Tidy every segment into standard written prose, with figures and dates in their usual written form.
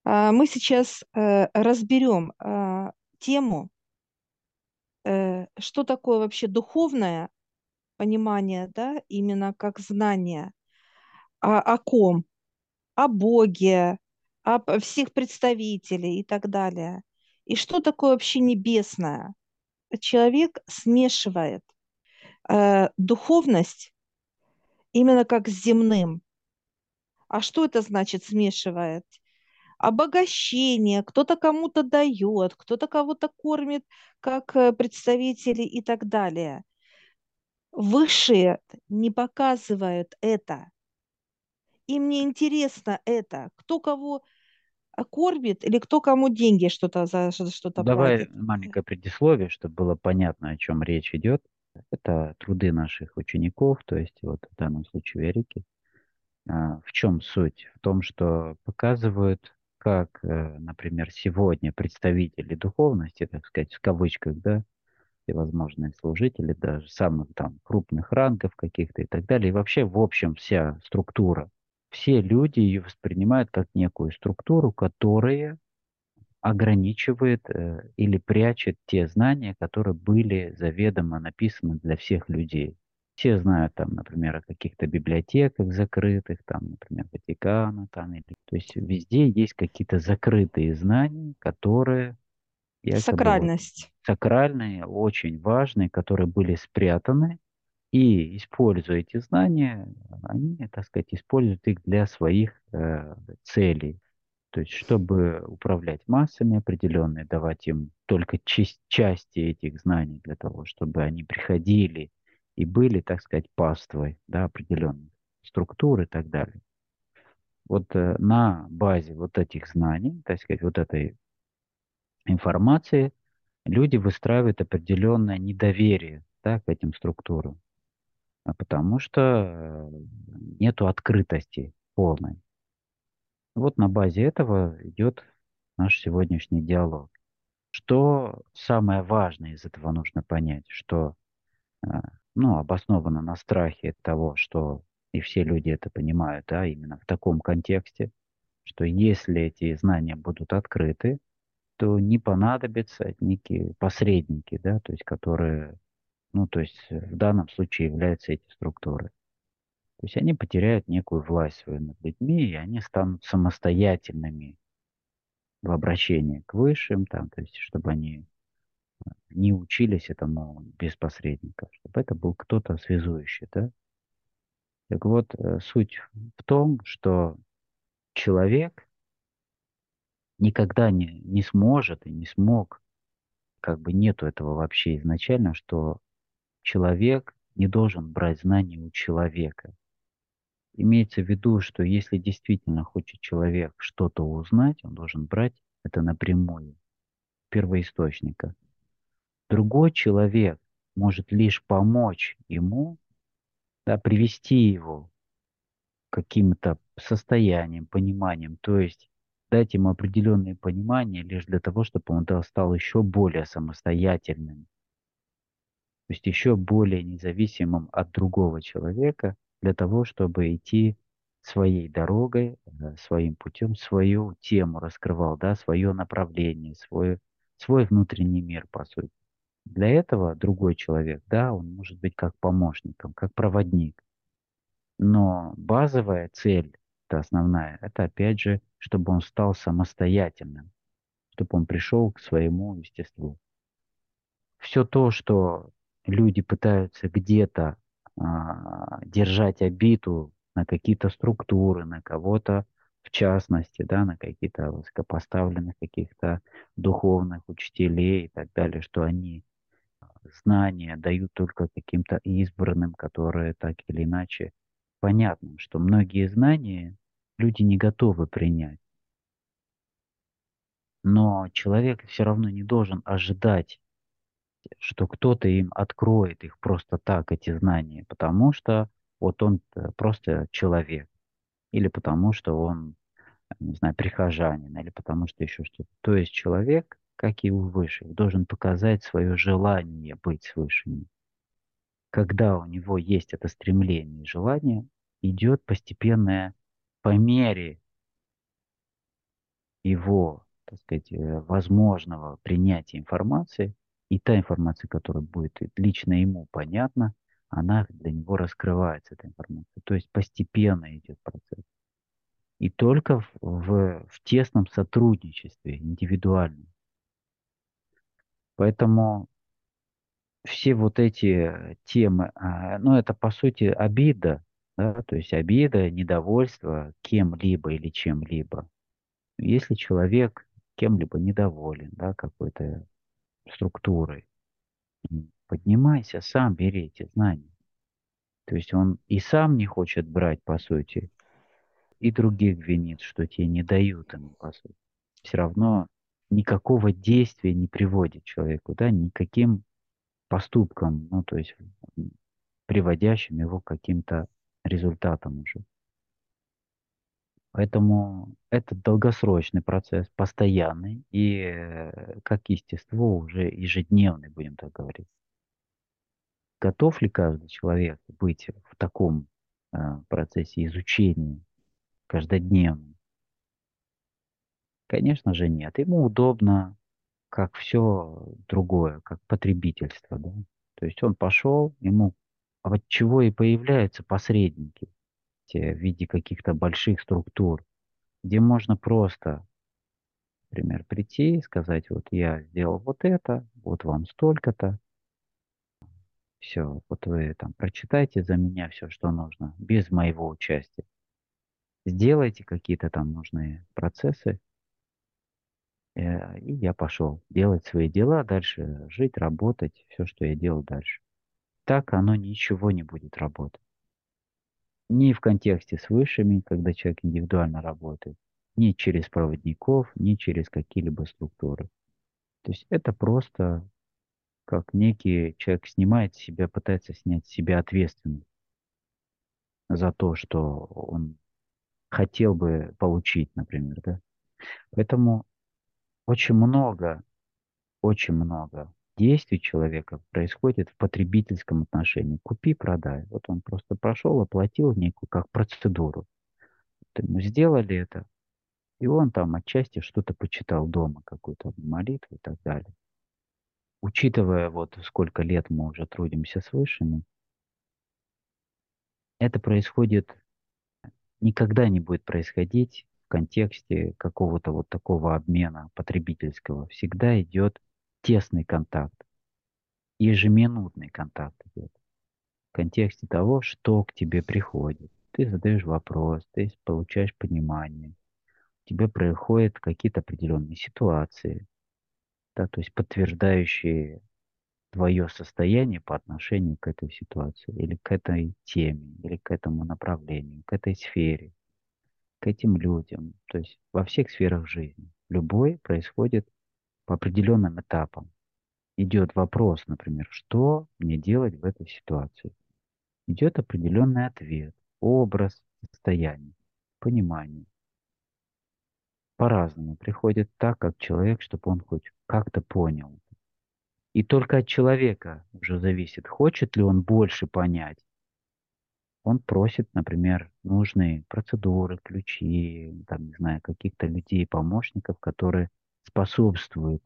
Мы сейчас разберем тему, что такое вообще духовное понимание, да, именно как знание о ком, о Боге, о всех представителей и так далее. И что такое вообще небесное? Человек смешивает духовность именно как с земным. А что это значит смешивает? Обогащение, кто-то кому-то дает, кто-то кого-то кормит как представители и так далее. Высшие не показывают это. Им не интересно это, кто кого кормит или кто кому деньги что-то за что-то Давай платит. маленькое предисловие, чтобы было понятно, о чем речь идет. Это труды наших учеников, то есть вот в данном случае Эрики. В чем суть? В том, что показывают, как, например, сегодня представители духовности, так сказать, в кавычках, да, всевозможные служители, даже самых там крупных рангов каких-то и так далее, и вообще, в общем, вся структура. Все люди ее воспринимают как некую структуру, которая ограничивает или прячет те знания, которые были заведомо написаны для всех людей. Все знают там, например, о каких-то библиотеках закрытых, там, например, Ватикана, там, или, то есть везде есть какие-то закрытые знания, которые якобы вот Сакральность. сакральные, очень важные, которые были спрятаны, и используя эти знания, они, так сказать, используют их для своих целей. То есть, чтобы управлять массами определенные, давать им только части этих знаний для того, чтобы они приходили и были, так сказать, паствой, да, определенных структур и так далее. Вот на базе вот этих знаний, так сказать, вот этой информации, люди выстраивают определенное недоверие, да, к этим структурам, потому что нету открытости полной. Вот на базе этого идет наш сегодняшний диалог. Что самое важное из этого нужно понять, что ну, обосновано на страхе того, что и все люди это понимают, да, именно в таком контексте, что если эти знания будут открыты, то не понадобятся некие посредники, да, то есть которые, ну, то есть в данном случае являются эти структуры. То есть они потеряют некую власть свою над людьми, и они станут самостоятельными в обращении к высшим, там, то есть чтобы они не учились этому без посредников, чтобы это был кто-то связующий, да? Так вот, суть в том, что человек никогда не сможет и не смог, как бы нету этого вообще изначально, что человек не должен брать знания у человека. Имеется в виду, что если действительно хочет человек что-то узнать, он должен брать это напрямую, первоисточника. Другой человек может лишь помочь ему, да, привести его к каким-то состояниям, пониманием, то есть дать ему определенные понимания лишь для того, чтобы он стал еще более самостоятельным, то есть еще более независимым от другого человека, для того, чтобы идти своей дорогой, своим путем, свою тему раскрывал, да, свое направление, свой внутренний мир, по сути. Для этого другой человек, да, он может быть как помощником, как проводник. Но базовая цель, это основная, это опять же, чтобы он стал самостоятельным, чтобы он пришел к своему естеству. Все то, что люди пытаются где-то держать обиду на какие-то структуры, на кого-то в частности, да, на какие-то высокопоставленных каких-то духовных учителей и так далее, что они знания дают только каким-то избранным, которые так или иначе понятно, что многие знания люди не готовы принять. Но человек все равно не должен ожидать, что кто-то им откроет их просто так, эти знания, потому что вот он просто человек, или потому что он, не знаю, прихожанин, или потому что еще что-то. То есть человек, как и у высших, должен показать свое желание быть с высшими. Когда у него есть это стремление и желание, идет постепенное, по мере его, так сказать, возможного принятия информации, и та информация, которая будет лично ему понятна, она для него раскрывается, эта информация. То есть постепенно идет процесс. И только в тесном сотрудничестве, индивидуальном. Поэтому все вот эти темы, ну, это по сути обида, да, то есть обида, недовольство кем-либо или чем-либо. Если человек кем-либо недоволен, да, какой-то структурой, поднимайся, сам бери эти знания. То есть он и сам не хочет брать, по сути, и других винит, что те не дают ему, по сути. Все равно никакого действия не приводит человеку, да, никаким поступкам, ну, то есть приводящим его к каким-то результатам уже. Поэтому это долгосрочный процесс, постоянный и, как естество, уже ежедневный, будем так говорить. Готов ли каждый человек быть в таком процессе изучения каждодневном? Конечно же нет. Ему удобно, как все другое, как потребительство, да. То есть он пошел, ему от чего и появляются посредники в виде каких-то больших структур, где можно просто, например, прийти и сказать, вот я сделал вот это, вот вам столько-то, все, вот вы там прочитайте за меня все, что нужно, без моего участия. Сделайте какие-то там нужные процессы, и я пошел делать свои дела, дальше жить, работать, все, что я делал дальше. Так оно ничего не будет работать. Ни в контексте с высшими, когда человек индивидуально работает, ни через проводников, ни через какие-либо структуры. То есть это просто как некий человек снимает с себя, пытается снять с себя ответственность за то, что он хотел бы получить, например, да. Поэтому очень много, очень много действий человека происходит в потребительском отношении. Купи, продай. Вот он просто прошел, оплатил некую как процедуру. Вот ему сделали это, и он там отчасти что-то почитал дома, какую-то молитву и так далее. Учитывая вот сколько лет мы уже трудимся с высшими, это происходит, никогда не будет происходить в контексте какого-то вот такого обмена потребительского. Всегда идет тесный контакт, ежеминутный контакт идет в контексте того, что к тебе приходит. Ты задаешь вопрос, ты получаешь понимание, тебе происходят какие-то определенные ситуации, да, то есть подтверждающие твое состояние по отношению к этой ситуации, или к этой теме, или к этому направлению, к этой сфере, к этим людям, то есть во всех сферах жизни. Любой происходит по определенным этапам. Идет вопрос, например, что мне делать в этой ситуации? Идет определенный ответ, образ, состояние, понимание. По-разному приходит так, как человек, чтобы он хоть как-то понял. И только от человека уже зависит, хочет ли он больше понять. Он просит, например, нужные процедуры, ключи, там, не знаю, каких-то людей, помощников, которые способствуют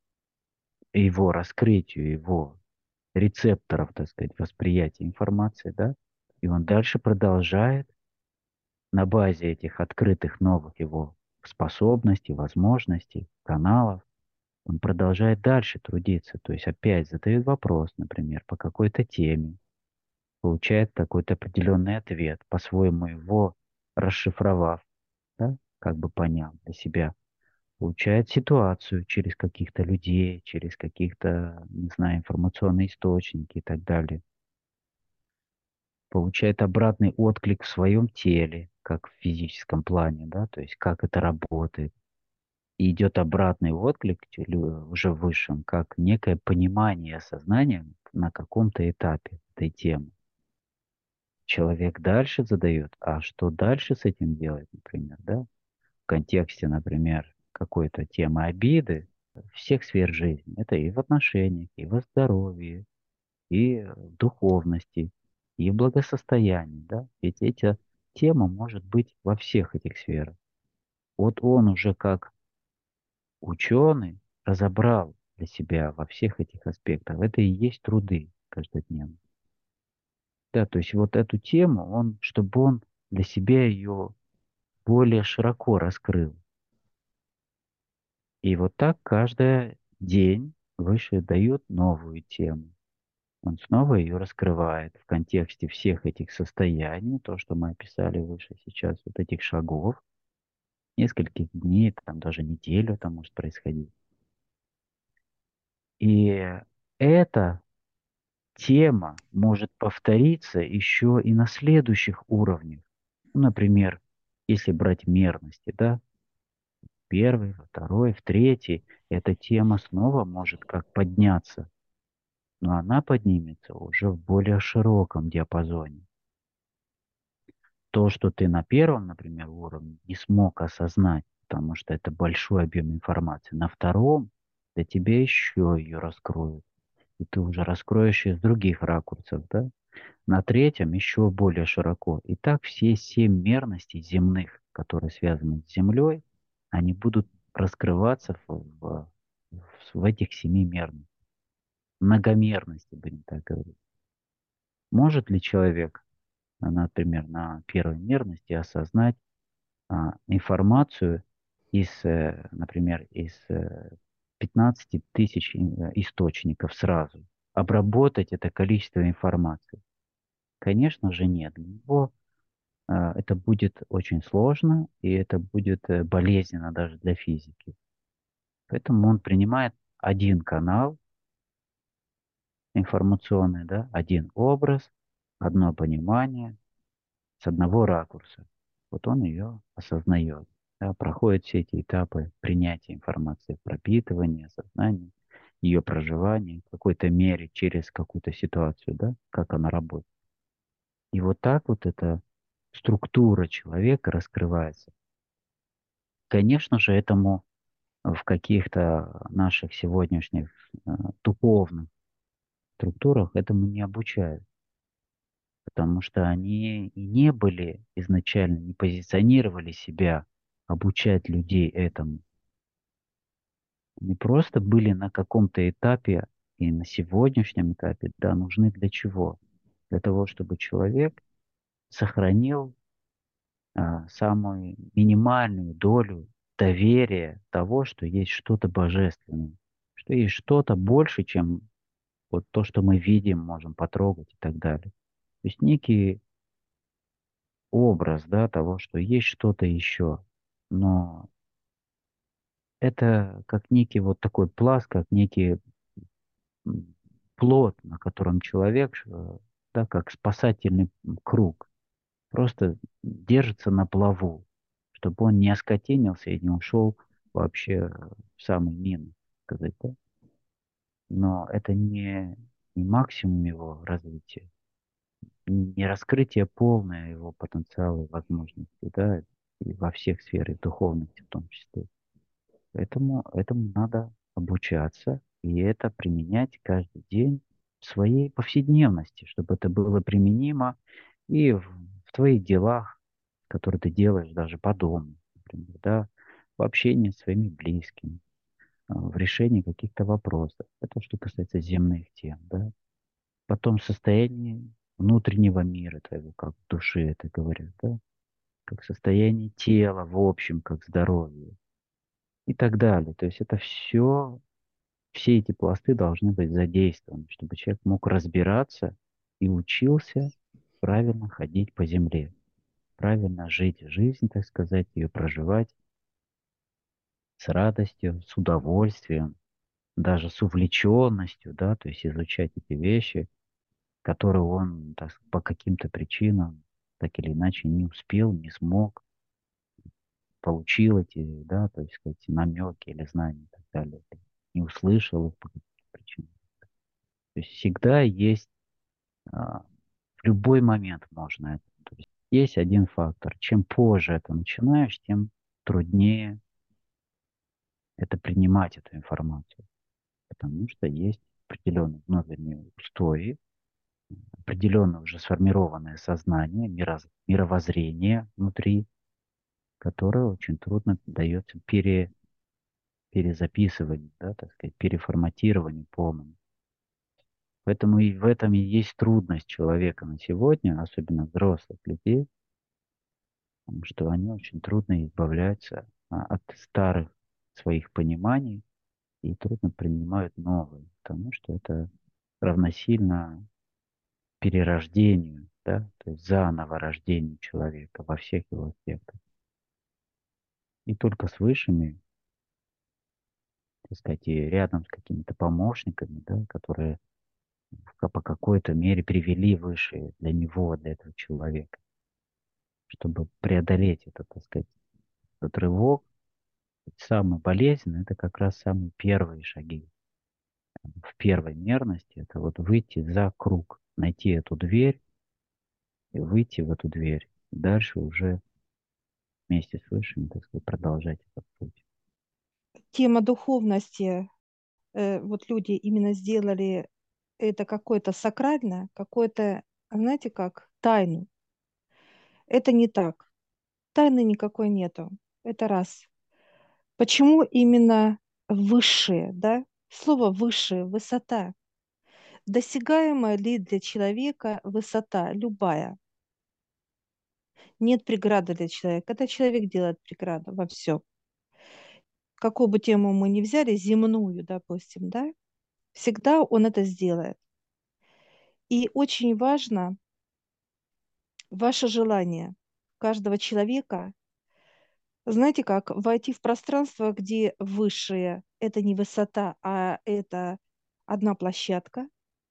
его раскрытию, его рецепторов, так сказать, восприятия информации, да, и он дальше продолжает на базе этих открытых новых его способностей, возможностей, каналов, он продолжает дальше трудиться, то есть опять задает вопрос, например, по какой-то теме, получает какой-то определенный ответ, по-своему его расшифровав, да, как бы понял для себя, получает ситуацию через каких-то людей, через каких-то, не знаю, информационные источники и так далее, получает обратный отклик в своем теле, как в физическом плане, да, то есть как это работает. И идет обратный отклик уже высшем, как некое понимание сознания на каком-то этапе этой темы. Человек дальше задает, а что дальше с этим делать, например, да? В контексте, например, какой-то темы обиды всех сфер жизни. Это и в отношениях, и во здоровье, и в духовности, и в благосостоянии, да? Ведь эта тема может быть во всех этих сферах. Вот он уже как ученый разобрал для себя во всех этих аспектах. Это и есть труды каждодневные. Да, то есть вот эту тему, чтобы он для себя ее более широко раскрыл. И вот так каждый день выше дает новую тему. Он снова ее раскрывает в контексте всех этих состояний, то, что мы описали выше сейчас, вот этих шагов, нескольких дней, там даже неделю там может происходить. И эта тема может повториться еще и на следующих уровнях. Ну, например, если брать мерности, да, первый, во второй, в третий, эта тема снова может как подняться, но она поднимется уже в более широком диапазоне. То, что ты на первом, например, уровне не смог осознать, потому что это большой объем информации, на втором для тебя еще ее раскроют. И ты уже раскроешь из других ракурсов, да? На третьем еще более широко. И так все 7 мерностей земных, которые связаны с Землей, они будут раскрываться в этих 7 мерностях. Многомерности, будем так говорить. Может ли человек, например, на первой мерности осознать информацию например, из 15 тысяч источников сразу? Обработать это количество информации? Конечно же нет. Для него это будет очень сложно, и это будет болезненно даже для физики. Поэтому он принимает один канал информационный, да, один образ, одно понимание с одного ракурса. Вот он ее осознает, да, проходит все эти этапы принятия информации, пропитывания, осознания, ее проживания в какой-то мере через какую-то ситуацию, да, как она работает. И вот так вот эта структура человека раскрывается. Конечно же, этому в каких-то наших сегодняшних духовных структурах этому не обучают, потому что они и не были изначально, не позиционировали себя обучать людей этому. Они просто были на каком-то этапе и на сегодняшнем этапе, да, нужны для чего? Для того, чтобы человек сохранил самую минимальную долю доверия того, что есть что-то божественное, что есть что-то больше, чем вот то, что мы видим, можем потрогать и так далее. То есть некий образ, да, того, что есть что-то еще. Но это как некий вот такой пласт, как некий м, плот, на котором человек, да, как спасательный круг, просто держится на плаву, чтобы он не оскотинился и не ушел вообще в самый минус, сказать, да? Но это не максимум его развития, не раскрытие полное его потенциала и возможностей, да, и во всех сферах духовности в том числе. Поэтому этому надо обучаться и это применять каждый день в своей повседневности, чтобы это было применимо и в твоих делах, которые ты делаешь даже по дому, например, да, в общении с своими близкими, в решении каких-то вопросов. Это что касается земных тем, да. Потом состояние внутреннего мира твоего, как души это говорят, да, как состояние тела в общем, как здоровье и так далее. То есть это все эти пласты должны быть задействованы, чтобы человек мог разбираться и учился правильно ходить по земле, правильно жить жизнь, так сказать, ее проживать с радостью, с удовольствием, даже с увлеченностью, да, то есть изучать эти вещи, которые он так, по каким-то причинам так или иначе не успел, не смог, получил эти, да, то есть сказать, намеки или знания и так далее, не услышал их по каким-то причинам. То есть всегда есть, в любой момент можно это. То есть один фактор. Чем позже это начинаешь, тем труднее это принимать эту информацию, потому что есть определенные внутренние устои, определенное уже сформированное сознание, мировоззрение внутри, которое очень трудно дается перезаписыванию, да, так сказать, переформатированию полному. Поэтому и в этом и есть трудность человека на сегодня, особенно взрослых людей, потому что они очень трудно избавляются от старых своих пониманий и трудно принимают новые, потому что это равносильно перерождению, да, то есть заново рождению человека во всех его аспектах. И только с высшими, так сказать, и рядом с какими-то помощниками, да, которые по какой-то мере привели высшие для него, для этого человека, чтобы преодолеть этот, так сказать, этот рывок. Самый болезненный — это как раз самые первые шаги. В первой мерности это вот выйти за круг, найти эту дверь и выйти в эту дверь. И дальше уже вместе с высшими, так сказать, продолжать этот путь. Тема духовности, вот люди именно сделали это какое-то сакральное, какое-то, знаете как, тайну. Это не так. Тайны никакой нету. Это раз. Почему именно высшее, да? Слово высшее, высота. Досягаемая ли для человека высота, любая? Нет преграды для человека. Это человек делает преграду во всем. Какую бы тему мы ни взяли, земную, допустим, да, всегда он это сделает. И очень важно ваше желание каждого человека, знаете как, войти в пространство, где высшее — это не высота, а это одна площадка.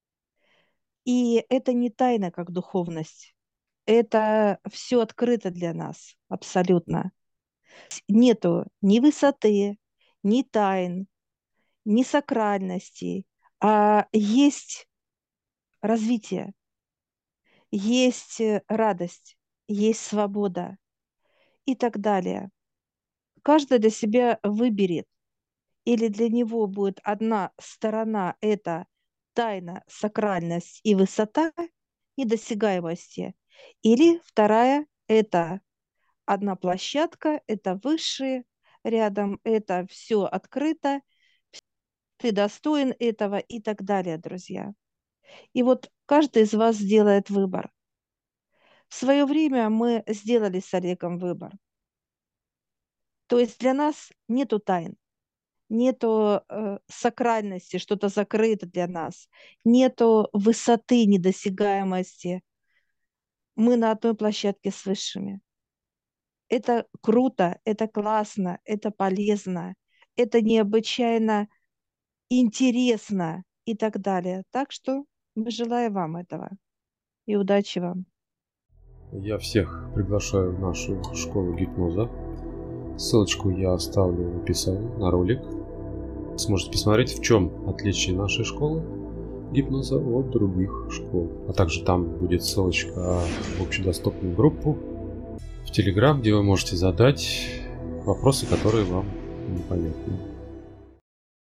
И это не тайна, как духовность. Это все открыто для нас, абсолютно. Нету ни высоты, ни тайн, ни сакральности, а есть развитие, есть радость, есть свобода и так далее. Каждый для себя выберет, или для него будет одна сторона — это тайна, сакральность и высота недосягаемости, или вторая — это одна площадка, это высшие рядом, это все открыто, ты достоин этого и так далее, друзья. И вот каждый из вас сделает выбор. В свое время мы сделали с Олегом выбор. То есть для нас нету тайн, нету сакральности, что-то закрыто для нас, нету высоты недосягаемости. Мы на одной площадке с высшими. Это круто, это классно, это полезно, это необычайно интересно и так далее. Так что мы желаем вам этого и удачи вам. Я всех приглашаю в нашу школу гипноза. Ссылочку я оставлю в описании на ролик. Сможете посмотреть, в чем отличие нашей школы гипноза от других школ. А также там будет ссылочка в общедоступную группу в Telegram, где вы можете задать вопросы, которые вам непонятны.